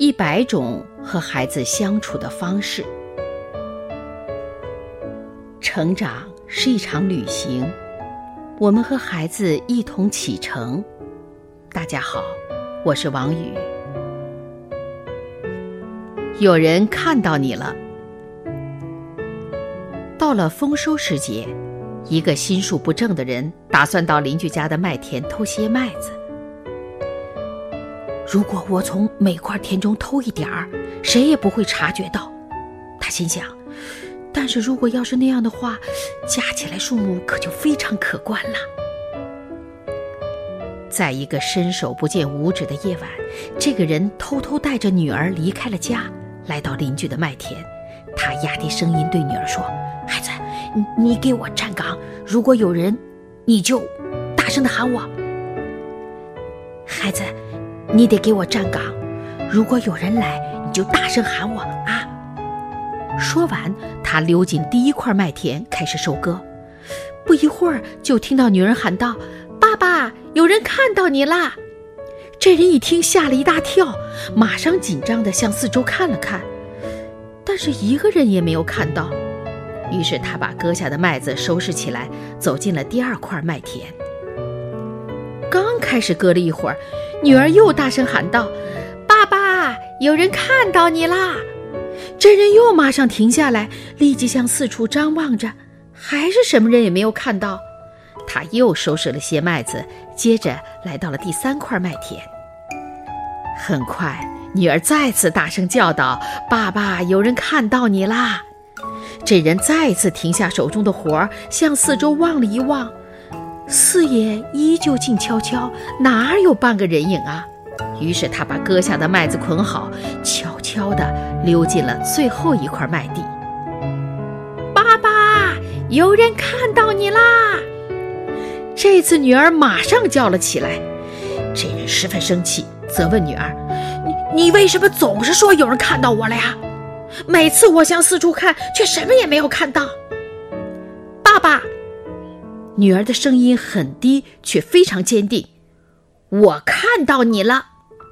100种和孩子相处的方式。成长是一场旅行，我们和孩子一同启程。大家好，我是王宇。有人看到你了。到了丰收时节，一个心术不正的人打算到邻居家的麦田偷些麦子。如果我从每块田中偷一点儿，谁也不会察觉到，他心想。但是如果要是那样的话，加起来数目可就非常可观了。在一个伸手不见五指的夜晚，这个人偷偷带着女儿离开了家，来到邻居的麦田。他压低声音对女儿说：孩子，你给我站岗，如果有人你就大声地喊我。孩子，你得给我站岗，如果有人来你就大声喊我啊。说完，他溜进第一块麦田开始收割。不一会儿就听到女人喊道：爸爸，有人看到你啦！这人一听吓了一大跳，马上紧张地向四周看了看，但是一个人也没有看到。于是他把割下的麦子收拾起来，走进了第二块麦田。刚开始割了一会儿，女儿又大声喊道：爸爸，有人看到你啦！这人又马上停下来，立即向四处张望着，还是什么人也没有看到。他又收拾了些麦子，接着来到了第三块麦田。很快，女儿再次大声叫道：爸爸，有人看到你啦！这人再次停下手中的活，向四周望了一望，四野依旧静悄悄，哪有半个人影啊？于是他把割下的麦子捆好，悄悄地溜进了最后一块麦地。爸爸，有人看到你啦！这次女儿马上叫了起来。这人十分生气，责问女儿：你为什么总是说有人看到我了呀？每次我向四处看，却什么也没有看到。爸爸，女儿的声音很低，却非常坚定：我看到你了。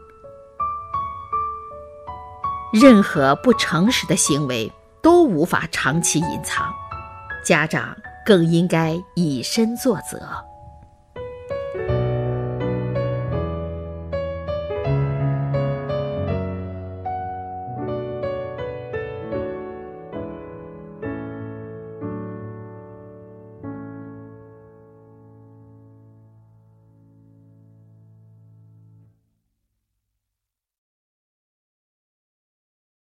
任何不诚实的行为都无法长期隐藏，家长更应该以身作则。